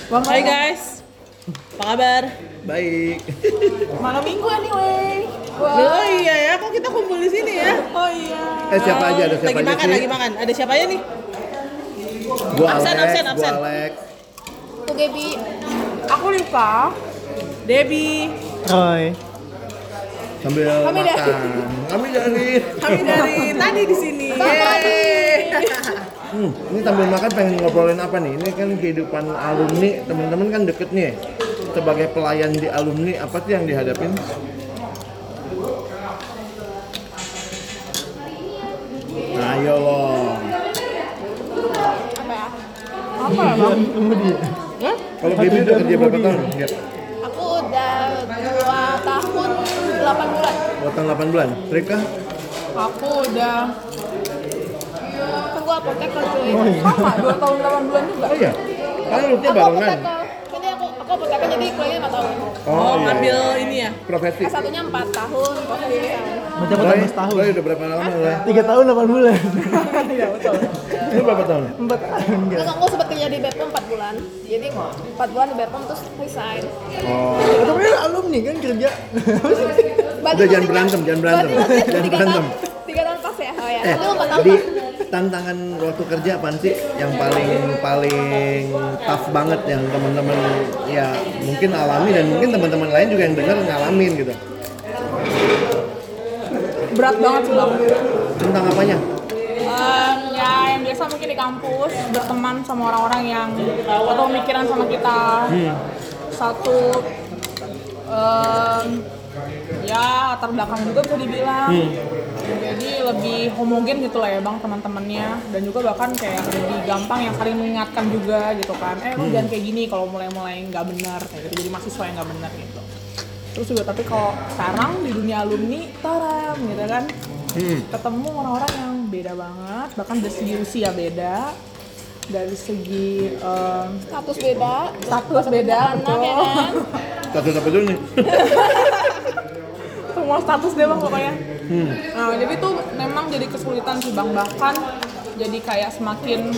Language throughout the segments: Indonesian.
Hai guys, apa kabar? Baik. Malam minggu anyway. Oh iya ya, kok kita kumpul di sini ya? Oh iya. Siapa aja? Ada siapa aja sih? Lagi makan. Ada siapa aja nih? Gua Absen. Gua Alex. Aku Gaby. Aku Rika. Debbie. Roy. Sambil Kami makan. Kami Dari tadi di sini. Ini sambil makan pengen ngobrolin apa nih? Ini kan kehidupan alumni, teman-teman kan deket nih. Sebagai pelayan di alumni, apa sih yang dihadapin? Nah, ayo loh. Apa ya? Apa ya bang? Tunggu dia. Kalau Gaby udah kerja berapa tahun? Ya. Aku udah 2 tahun 8 bulan. 8 bulan. Rika? Aku udah kan gua apoteker cuy. Oh, iya. Sama 2 tahun 8 bulan juga. Oh iya. Kan lulusnya Aku barengan. apoteker. Jadi aku apoteker jadi kuliahnya 4 tahun. Oh, iya. ngambil ini ya? Profesi. S1-nya 4 tahun, pemilihan. Berarti aku tambah setahun. Roy udah berapa lama Roy? 3 tahun 8 bulan. Iya betul. Lu berapa tahun? 4 tahun enggak. Terus aku sempat kerja di Bepom 4 bulan. Jadi 4 bulan di Bepom terus resign. Oh. Itu kan alumni kan kerja. Udah jangan berantem. Jangan berantem. 3 tahun pas ya? Oh ya. Eh, Tapi 4 tahun di pas. tantangan waktu kerja apaan sih yang paling tough banget yang teman-teman ya mungkin alami dan mungkin teman-teman lain juga yang dengar ngalamin gitu. Berat banget sih bang. Tentang apanya? Ya yang biasa mungkin di kampus berteman sama orang-orang yang atau pemikiran sama kita. Satu ya latar belakang juga bisa dibilang. Jadi lebih homogen gitu lah ya bang teman-temannya, dan juga bahkan kayak lebih gampang yang saling mengingatkan juga gitu kan. Lu jangan kayak gini kalau mulai nggak benar kayak gitu, jadi mahasiswa yang nggak benar gitu. Terus juga tapi kalau sekarang di dunia alumni taram gitu kan, ketemu orang-orang yang beda banget, bahkan dari segi usia beda, dari segi status beda, betul. ya kan? Status apa dulu nih? Semua status deh bang pokoknya. Nah jadi tuh memang jadi kesulitan sih bang, bahkan jadi kayak semakin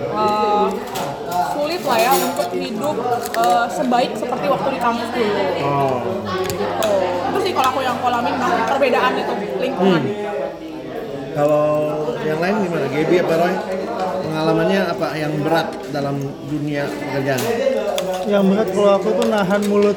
sulit lah ya untuk hidup sebaik seperti waktu di kampus dulu. Oh. Itu sih kalau aku yang alamin bang, perbedaan itu lingkungan. Kalau yang lain gimana? Gaby apa Roy? Pengalamannya apa yang berat dalam dunia pekerjaan? Yang berat kalau aku tuh nahan mulut.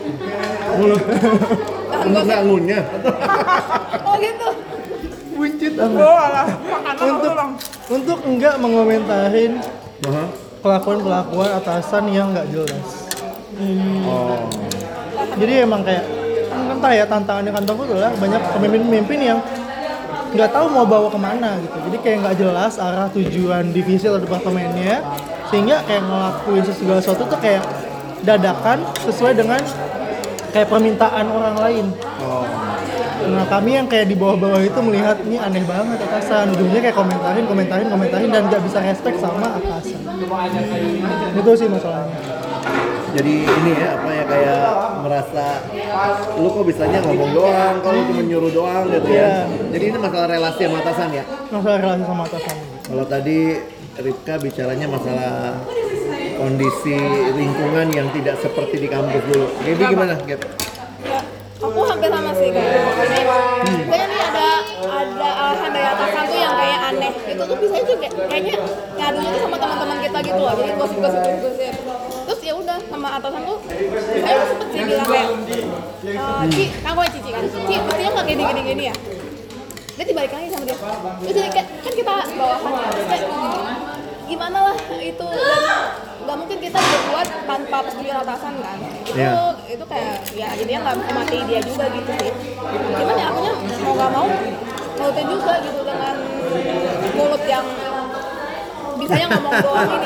Untuk nggak ngunyah? Oh gitu. Buncit Oh alah, untuk enggak mengomentarin Aha. kelakuan atasan yang nggak jelas. Oh. Jadi emang kayak entah ya, tantangannya kantorku adalah banyak pemimpin-pemimpin yang nggak tahu mau bawa kemana gitu. Jadi kayak nggak jelas arah tujuan divisi atau departemennya, sehingga kayak ngelakuin segala sesuatu tuh kayak dadakan sesuai dengan kayak permintaan orang lain. Oh. Nah kami yang kayak di bawah-bawah itu melihat ini aneh banget atasan, ujungnya kayak komentarin dan nggak bisa respect sama atasan. Itu sih masalahnya. Jadi ini ya apa ya kayak merasa lu kok bisanya ngomong doang, kalau cuma nyuruh doang gitu ya. Iya. Jadi ini masalah relasi sama atasan ya. Masalah relasi sama atasan. Kalau tadi Ripka bicaranya masalah kondisi lingkungan yang tidak seperti di kampus dulu. Gaby gimana, Gap? Ya, aku hampir sama sih kayak Kayaknya nih ada arahan dari atasan tuh yang kayak aneh. Itu tuh bisa juga kayaknya ngadunya tuh sama teman-teman kita gitu loh. Jadi gosip. Terus ya udah sama atasan tuh saya sempet sih bilang kayak Ci, kan gue Cici kan. Ci, mestinya nggak gini ya. Dia dibalik lagi sama dia. Terus jadi kayak kan kita bawahan ya. Terus kayak gimana lah itu, dan nggak mungkin kita berbuat tanpa persetujuan atasan kan. Itu kayak ya jadinya nggak mati dia juga gitu sih. Cuman ya akunya mau nggak mau nurutin juga gitu dengan mulut yang bisanya ngomong doang ini.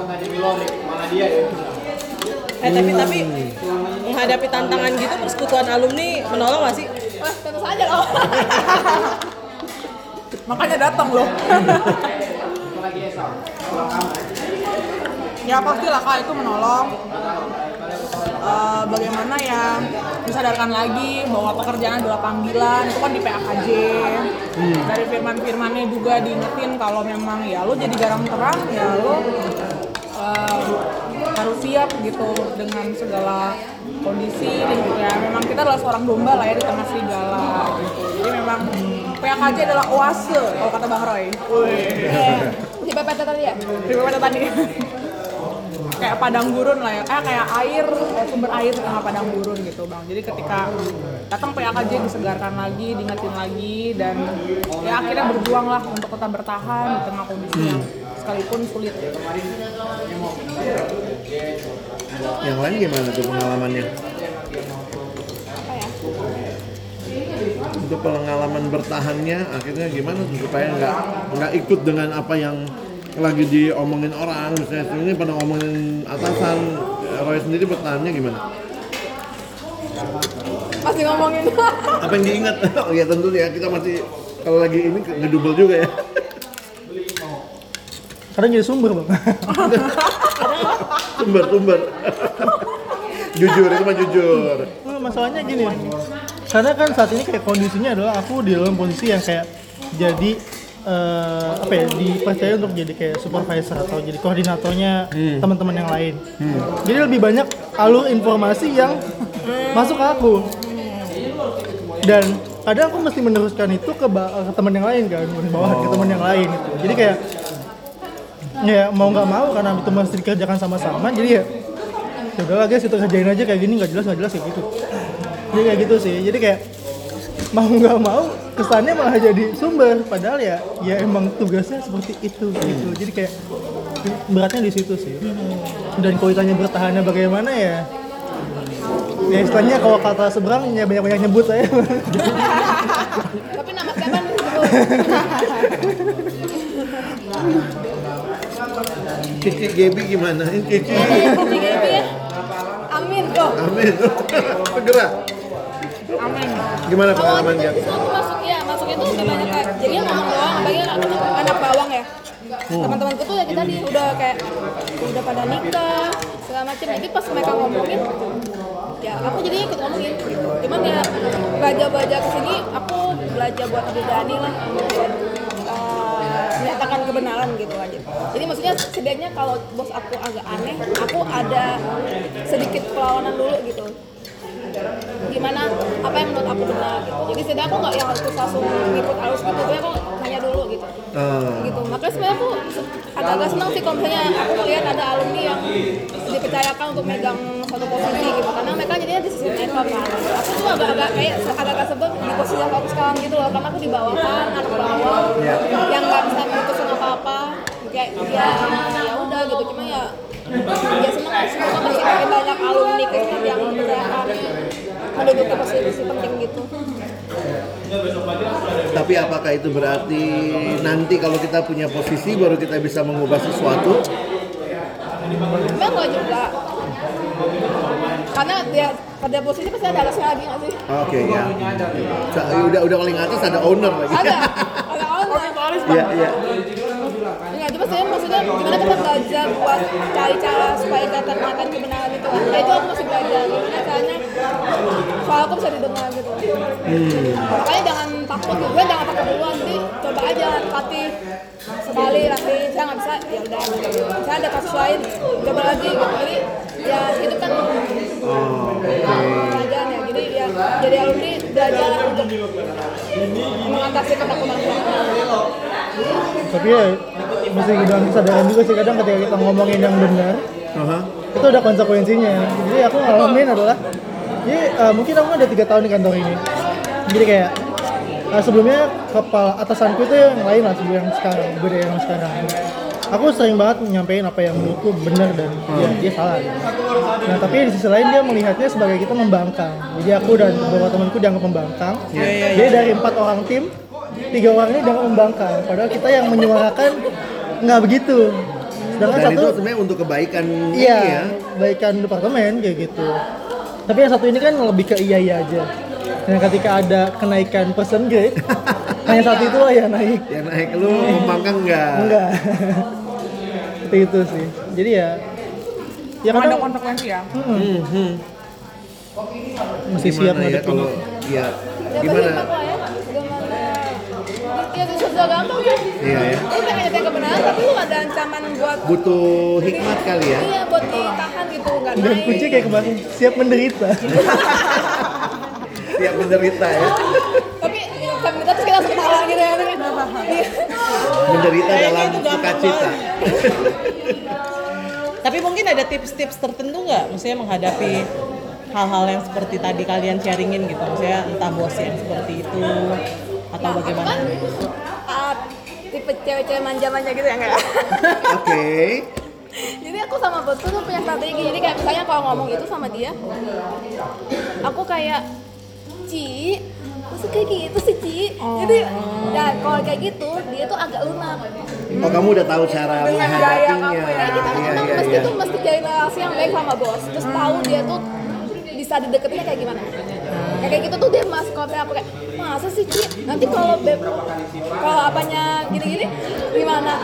Tapi menghadapi tantangan gitu persekutuan alumni menolong nggak sih? Wah tentu saja loh. Makanya datang loh. Ya pastilah kak, itu menolong. Bagaimana ya disadarkan lagi bahwa pekerjaan adalah panggilan, itu kan di PAKJ. Dari firman-firmannya juga diingetin kalau memang ya lo jadi garam terang, ya lo harus siap gitu dengan segala kondisi dan juga memang kita adalah seorang domba lah ya di tengah serigala gitu. Jadi memang PAKJ adalah oase kalau kata Bang Roy. Si pepet tadi ya? Si pepet tadi. Kayak padang gurun lah ya, kayak air, sumber air di tengah padang gurun gitu Bang. Jadi ketika datang PAKJ disegarkan lagi, diingetin lagi, dan ya akhirnya berjuang lah untuk tetap bertahan di tengah kondisi yang sekalipun sulit. Yang lain gimana tuh pengalamannya? Apa ya? Untuk pengalaman bertahannya akhirnya gimana tuh supaya nggak ikut dengan apa yang lagi diomongin orang, misalnya ini pada ngomongin atasan, Roy sendiri bertahannya gimana? Masih ngomongin. Apa yang diingat? Oh ya tentu ya, kita masih kalau lagi ini ngedouble juga ya. Kadang jadi sumber bang. Sumber. Jujur, itu mah jujur. Nah, masalahnya gini, karena kan saat ini kayak kondisinya adalah aku di dalam posisi yang kayak jadi dipercaya untuk jadi kayak supervisor atau jadi koordinatornya teman-teman yang lain. Jadi lebih banyak alur informasi yang masuk ke aku. Dan kadang aku mesti meneruskan itu ke teman yang lain kan, bawahan ke teman yang lain gitu. Jadi kayak ya mau nggak mau karena itu mesti dikerjakan sama-sama, jadi ya udahlah guys kita kerjain aja kayak gini, nggak jelas kayak gitu. Jadi kayak gitu sih. Jadi kayak mau nggak mau kesannya malah jadi sumber, padahal ya emang tugasnya seperti itu gitu. Jadi kayak beratnya di situ sih. Dan kalau ditanya bertahannya bagaimana ya istilahnya kalau kata seberang ya banyak nyebut saya. Tapi nama siapa nih disebut? Cici Gaby gimana? Ini Cici. Cici Gaby ya? Amin kok. Amin. Bergerak. Amin. Gimana pengalamannya? Masuk itu udah banyak kayak jadi yang ngomong doang, apalagi anak bawang ya. Teman-temanku tuh ya kita udah pada nikah segala macam. Jadi pas mereka ngomongin, ya aku jadi ikut ngomongin. Cuman ya belajar kesini aku belajar buat berani lah, menyatakan kebenaran gitu aja. Jadi maksudnya setidaknya kalau bos aku agak aneh, aku ada sedikit perlawanan dulu gitu. Gimana apa yang menurut aku benar gitu. Jadi setidaknya aku nggak yang harus langsung ngikut arus gitu, tapi aku nanya dulu gitu. Gitu. Makanya sebenarnya aku agak senang sih kalau misalnya aku melihat ada alumni yang dipercayakan untuk megang satu posisi gitu, karena mereka jadinya di sisi network kan. Aku tuh agak sebel di posisi yang aku sekarang gitu loh, karena aku di bawahan, anak bawah yang nggak bisa memutuskan apa-apa. Kayak ya udah gitu, cuma ya senang semoga masih makin banyak alumni yang dipercayakan menduduki posisi penting gitu. Tapi apakah itu berarti nanti kalau kita punya posisi baru kita bisa mengubah sesuatu? Memang nggak juga, karena dia pada posisi pasti ada alasnya lagi nggak sih? Oke ya. Udah paling atas ada owner lagi. Ada owner. Iya. Ya, itu maksudnya gimana kita belajar buat cari cara supaya kita termakan kebenaran itu kan. Ya itu aku masih belajar gimana caranya soal aku bisa didengar gitu. Makanya jangan takut gitu, jangan takut duluan, jadi coba aja latih sekali, saya nggak bisa ya udah gitu. Saya ada kasus lain coba lagi gitu. Jadi ya itu kan pelajaran ya. Jadi ya jadi alumni belajar untuk mengatasi ketakutan. Tapi ya mesti dalam kesadaran juga sih, kadang ketika kita ngomongin yang benar itu ada konsekuensinya. Jadi aku ngalamin adalah mungkin aku ada 3 tahun di kantor ini. Jadi kayak sebelumnya kepala atasanku itu yang lain lah sebelum yang sekarang, beda yang sekarang. Aku sering banget nyampein apa yang menurutku benar dan dia salah. Nah tapi di sisi lain dia melihatnya sebagai kita membangkang. Jadi aku dan beberapa temanku dianggap membangkang. Jadi dari 4 orang tim, 3 orang ini dianggap membangkang. Padahal kita yang menyuarakan nggak begitu. Sedangkan Dan satu itu sebenarnya untuk kebaikan iya, kebaikan departemen kayak gitu. Tapi yang satu ini kan lebih ke iya aja. Dan ketika ada kenaikan person grade, hanya satu itu lah yang naik. Yang naik lu membangkang enggak? Enggak. Seperti itu sih. Jadi ya Ada kadang konsekuensi ya. mesti siap Gimana ya ngadepin kalau itu. ya Ya gimana? ya susah gampang sih. Iya ya. Lu pengen nyatain kebenaran tapi lu ada ancaman buat Butuh hikmat kali ya. iya buat ditahan gitu. itu nggak Dan naik. kunci kayak kemarin, siap menderita. Siap menderita ya. Tapi kita terus kita langsung ketawa gitu ya. Iya. Menderita Kayaknya dalam itu gampang sukacita. Tapi mungkin ada tips-tips tertentu nggak? Maksudnya menghadapi hal-hal yang seperti tadi kalian sharingin gitu. Maksudnya entah bos yang seperti itu atau Nah, bagaimana? aku kan tipe cewek-cewek manja-manja gitu ya enggak? Oke. Jadi aku sama bosku tuh punya strategi. Jadi kayak misalnya kalau ngomong itu sama dia, aku kayak Ci, masih kayak gitu sih Ci. Jadi ya kalau kayak gitu dia tuh agak lunak. Oh, kamu udah tamu cara Dengan gaya menghadapinya. kamu ya kita Iya, memang iya, mesti iya. tuh mesti jalin relasi yang baik sama bos. Terus tahu dia tuh bisa dideketinnya kayak gimana. Kayak gitu tuh dia mas kalau aku kayak masa sih Ci? Nanti kalau kalau apanya gini-gini gimana?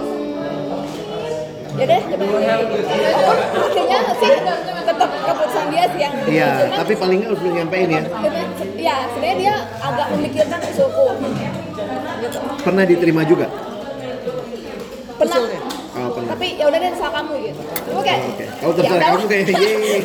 Ya deh, akhirnya sih tetap keputusan dia sih yang Iya, cuman, tapi paling nggak harus nyampein ya. ya sebenarnya dia agak memikirkan usulku gitu. Pernah diterima juga? Pernah, Oh, pernah. tapi ya udah deh salah kamu gitu. Cuma kayak Oke. Kalau terserah ya udah. kamu kayak yeay.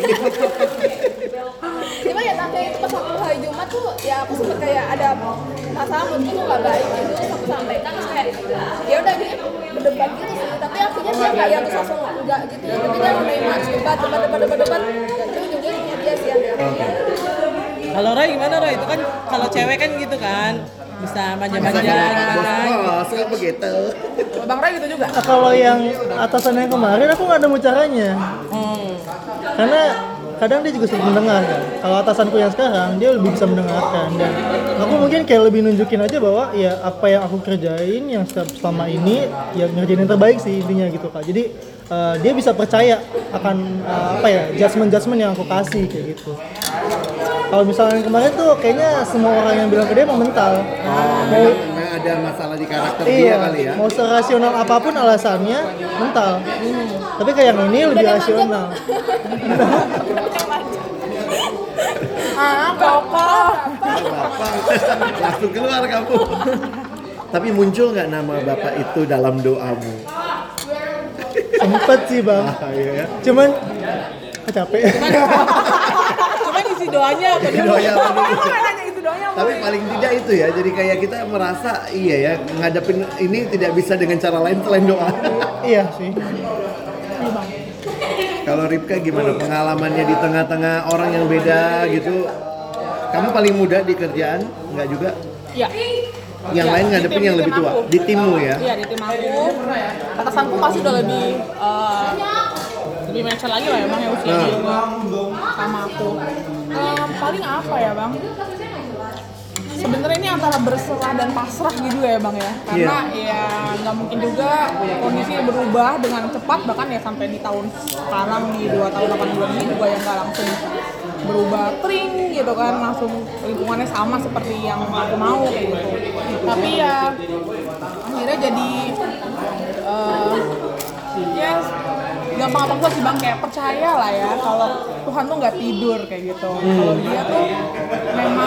Cuma ya tangga itu pas waktu hari Jumat tuh ya aku sempet kayak ada masalah menurutku tuh nggak baik gitu terus aku sampaikan terus kayak ya udah dia berdebat gitu sih tapi akhirnya dia nggak yang terus langsung enggak gitu tapi dia menerima debat tapi ujungnya dia sih yang Kalau Roy gimana Roy? Itu kan kalau cewek kan gitu kan bisa manja-manja gitu kan. Bos, kok begitu? Bang Roy gitu juga. Nah, kalau yang atasannya kemarin aku nggak nemu caranya. Karena kadang dia juga sering mendengar kan. Kalau atasanku yang sekarang dia lebih bisa mendengarkan dan aku mungkin kayak lebih nunjukin aja bahwa ya apa yang aku kerjain yang selama ini ya ngerjain yang terbaik sih intinya gitu Kak. Jadi dia bisa percaya akan apa ya judgement yang aku kasih kayak gitu. Kalau misalnya kemarin tuh kayaknya semua orang yang bilang ke dia mau mental. Mau Karena ada masalah di karakter dia iya, kali ya. mau serasional apapun alasannya mental. Tapi kayak yang ini lebih rasional. Bapak. Bapak, langsung keluar kamu. Tapi muncul nggak nama bapak itu dalam doamu? Sempet sih bang. Iya ya. Cuman capek. Cuma isi doanya apa Jadi dulu? doa apa dulu? Nanya itu doanya. Tapi paling tidak itu ya, jadi kayak kita merasa iya ya, ngadepin ini tidak bisa dengan cara lain selain doa. Iya sih. Kalau Ripka gimana pengalamannya di tengah-tengah orang yang beda gitu? Kamu paling muda di kerjaan? Enggak juga? Iya. Yang Iya, lain di ngadepin tim- yang di lebih tim tua? aku. Di timmu ya? Iya di tim aku. Atasanku pasti udah lebih mature lagi lah ya bang ya usianya juga sama aku. Paling apa ya bang? Sebenarnya ini antara berserah dan pasrah gitu ya bang ya, karena ya nggak mungkin juga kondisi berubah dengan cepat bahkan ya sampai di tahun sekarang di 2 tahun 8 bulan ini juga yang nggak langsung berubah tring gitu kan, langsung lingkungannya sama seperti yang aku mau kayak gitu. Tapi ya akhirnya jadi ya gampang-gampang sih bang, kayak percaya lah ya kalau Tuhan tuh nggak tidur kayak gitu. Kalau dia tuh memang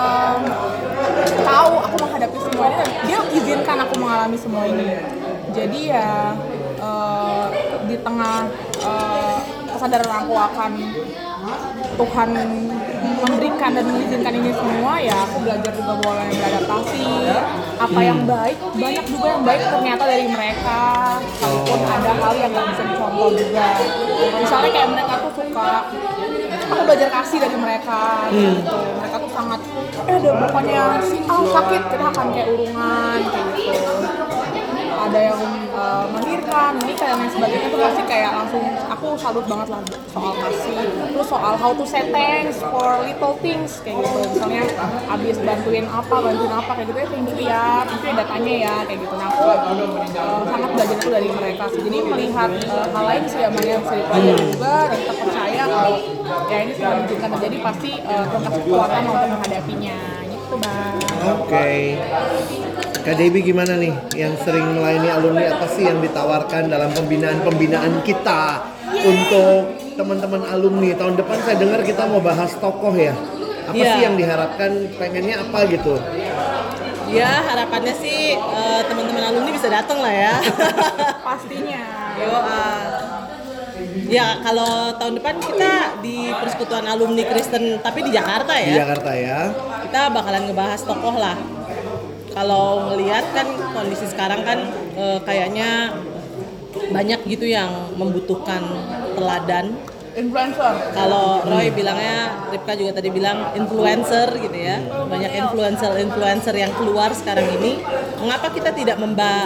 tahu aku menghadapi semua ini dan dia izinkan aku mengalami semua ini. Jadi ya di tengah kesadaran aku akan Tuhan memberikan dan mengizinkan ini semua, ya aku belajar juga mulai beradaptasi. Apa yang baik, banyak juga yang baik ternyata dari mereka, walaupun ada hal yang gak bisa dicontoh juga. Misalnya kayak mereka tuh suka, aku belajar kasih dari mereka gitu. Mereka tuh sangat, ada bapaknya si Al sakit, kita akan kayak urungan kayak gitu. Ada yang melahirkan, menikah dan lain sebagainya tuh pasti kayak langsung aku salut banget lah soal kasih. Terus soal how to say thanks for little things kayak gitu. Misalnya abis bantuin apa kayak gitu ya, thank you ya, nanti ada tanya ya kayak gitu. Nah aku sangat belajar itu dari mereka sih. Jadi melihat hal lain sih yang banyak bisa dipelajari juga dan kita percaya kalau ya ini sudah diizinkan terjadi, pasti Tuhan kasih kekuatan untuk menghadapinya gitu bang. Oke. Kak Debbie gimana nih yang sering melayani alumni, apa sih yang ditawarkan dalam pembinaan kita untuk teman-teman alumni? Tahun depan saya dengar kita mau bahas tokoh ya. Apa Iya. sih yang diharapkan, pengennya apa gitu? Ya harapannya sih teman-teman alumni bisa datang lah ya. Pastinya. Yo, Ya kalau tahun depan kita di Persekutuan Alumni Kristen tapi di Jakarta Di ya. Jakarta ya. Kita bakalan ngebahas tokoh lah. Kalau ngelihat kan kondisi sekarang kan kayaknya banyak gitu yang membutuhkan teladan. Influencer. Kalau Roy bilangnya, Ripka juga tadi bilang influencer gitu ya. Banyak influencer yang keluar sekarang ini. Mengapa kita tidak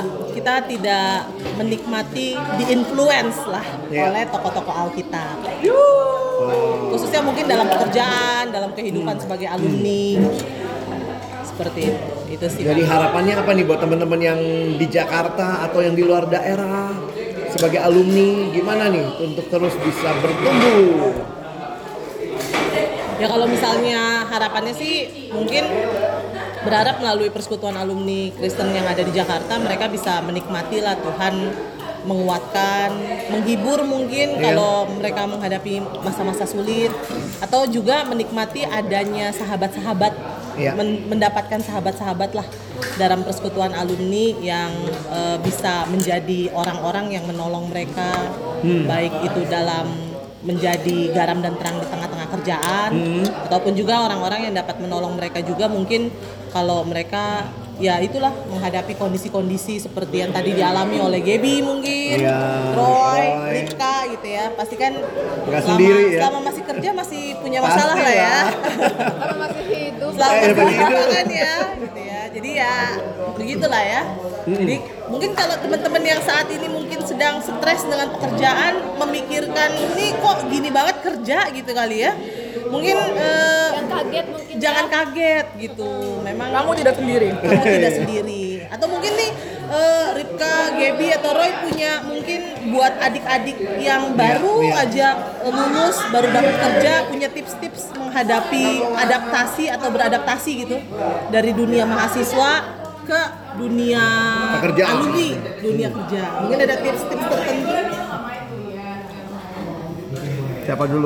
menikmati di-influence lah oleh tokoh-tokoh Alkitab. Khususnya mungkin dalam pekerjaan, dalam kehidupan sebagai alumni. Seperti itu. Itu sih. Jadi harapannya apa nih buat teman-teman yang di Jakarta atau yang di luar daerah sebagai alumni, gimana nih untuk terus bisa bertumbuh? Ya kalau misalnya harapannya sih mungkin berharap melalui Persekutuan Alumni Kristen yang ada di Jakarta mereka bisa menikmati lah Tuhan menguatkan, menghibur mungkin kalau mereka menghadapi masa-masa sulit, atau juga menikmati adanya sahabat-sahabat, mendapatkan sahabat-sahabat lah dalam Persekutuan Alumni yang bisa menjadi orang-orang yang menolong mereka, baik itu dalam menjadi garam dan terang di tengah-tengah kerjaan, ataupun juga orang-orang yang dapat menolong mereka juga mungkin kalau mereka ya itulah menghadapi kondisi-kondisi seperti yang tadi dialami oleh Gaby mungkin, Roy, Ripka gitu ya. Pasti kan selama masih kerja masih punya masalah lah ya. Kalau masih hidup. Selama masih hidup kan ya, gitu ya. Jadi ya begitulah ya. Jadi mungkin kalau teman-teman yang saat ini mungkin sedang stres dengan pekerjaan, memikirkan ini kok gini banget kerja gitu kali ya. Mungkin Yang kaget mungkin. jangan kaget gitu. Memang Kamu tidak sendiri. kamu tidak sendiri. Atau mungkin nih Ripka, Gaby atau Roy punya mungkin buat adik-adik yang baru aja lulus, baru dapat kerja, punya tips-tips menghadapi adaptasi atau beradaptasi gitu dari dunia mahasiswa ke dunia pekerjaan, alumni, dunia kerja. Mungkin ada tips-tips tertentu. Siapa dulu?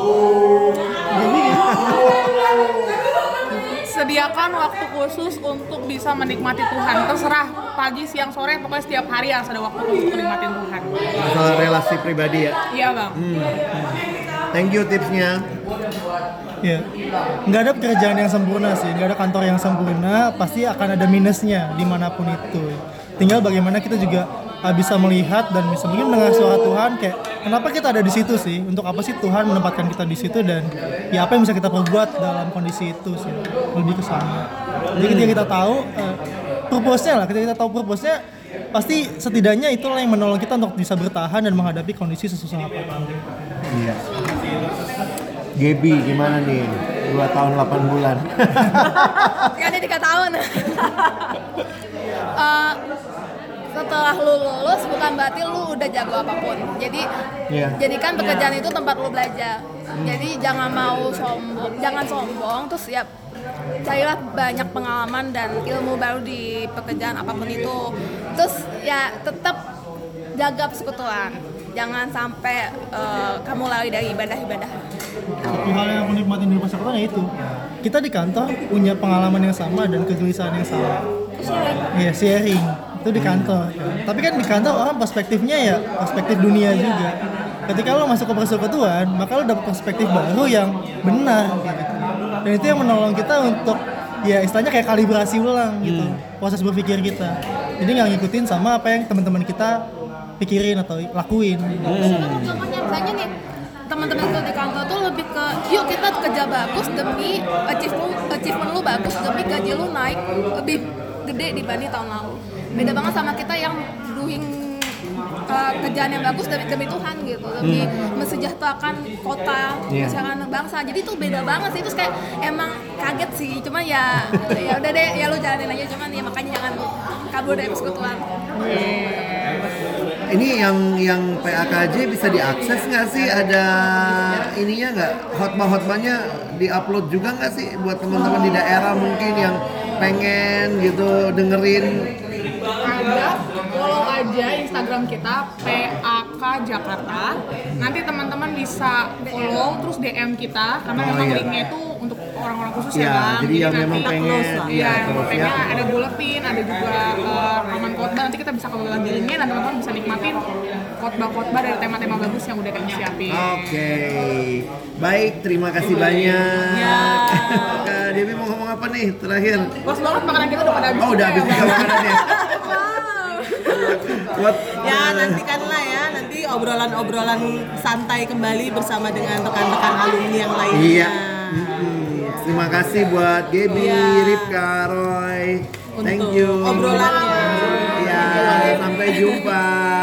Sediakan waktu khusus untuk bisa menikmati Tuhan. Terserah pagi, siang, sore, pokoknya setiap hari harus ada waktu untuk menikmati Tuhan. Masalah relasi pribadi ya. Iya bang. Thank you tipsnya. Ya, nggak ada pekerjaan yang sempurna sih, nggak ada kantor yang sempurna, pasti akan ada minusnya dimanapun itu. Tinggal bagaimana kita juga bisa melihat dan bisa mungkin mendengar suara Tuhan, kayak kenapa kita ada di situ sih, untuk apa sih Tuhan menempatkan kita di situ, dan ya apa yang bisa kita perbuat dalam kondisi itu sih, lebih ke sana. Jadi ketika kita tahu purpose-nya lah, ketika kita tahu purpose-nya, pasti setidaknya itulah yang menolong kita untuk bisa bertahan dan menghadapi kondisi sesusah apapun. Iya. Gaby gimana nih? 2 tahun 8 bulan. Kan ada 3 tahun. Setelah lu lulus bukan berarti lu udah jago apapun. Jadi jadikan pekerjaan itu tempat lu belajar. Jadi jangan sombong, terus ya carilah banyak pengalaman dan ilmu baru di pekerjaan apapun itu. Terus ya tetap jaga persekutuan. Jangan sampai kamu lari dari ibadah-ibadah. Satu hal yang aku nikmatin di persekutuan ya itu, kita di kantor punya pengalaman yang sama dan kegelisahan yang sama. Iya, sharing itu di kantor. Tapi kan di kantor orang perspektifnya ya perspektif dunia juga. Ketika lo masuk ke persekutuan, maka lo dapat perspektif baru yang benar gitu. Dan itu yang menolong kita untuk ya istilahnya kayak kalibrasi ulang gitu proses berpikir kita. Jadi nggak ngikutin sama apa yang teman-teman kita pikirin atau lakuin. Contohnya misalnya nih, teman-teman itu di kantor tuh lebih ke yuk kita kerja bagus demi achievement lu bagus, demi gaji lu naik lebih gede dibanding tahun lalu. Beda banget sama kita yang doing kerjaan yang bagus demi Tuhan gitu, demi mensejahterakan kota, masyarakat bangsa. Jadi itu beda banget sih. Terus kayak emang kaget sih, cuman ya udah deh, ya lu jalanin aja, cuman ya makanya jangan kabur dari persekutuan. Ini yang PAKJ bisa diakses nggak sih? Ada ininya nggak? Khotbah-khotbahnya diupload juga nggak sih buat teman-teman di daerah mungkin yang pengen gitu dengerin? Ada, follow aja Instagram kita PAK Jakarta. Nanti teman-teman bisa follow terus DM kita karena memang linknya itu untuk orang-orang khusus Iya, ya bang. jadi yang memang nanti- pengen, Iya, iya, yang terus pengen ya. ada buletin, ada juga rekaman khotbah. Nanti kita bisa kalau lagi lingin dan teman-teman bisa nikmatin khotbah-khotbah dari tema-tema bagus yang udah kita siapin. Oke, baik, terima kasih banyak. Ya. Kak Dewi mau ngomong apa nih terakhir? Pas banget makanan kita udah pada habis. Oh, udah habis juga juga ya, Bang. makanannya. Buat Ya nantikanlah ya, nanti obrolan-obrolan santai kembali bersama dengan rekan-rekan alumni yang lainnya. Iya. Terima kasih buat Gaby, Iya. Ripka, Roy. Thank Untuk you. obrolannya. Ya, sampai jumpa.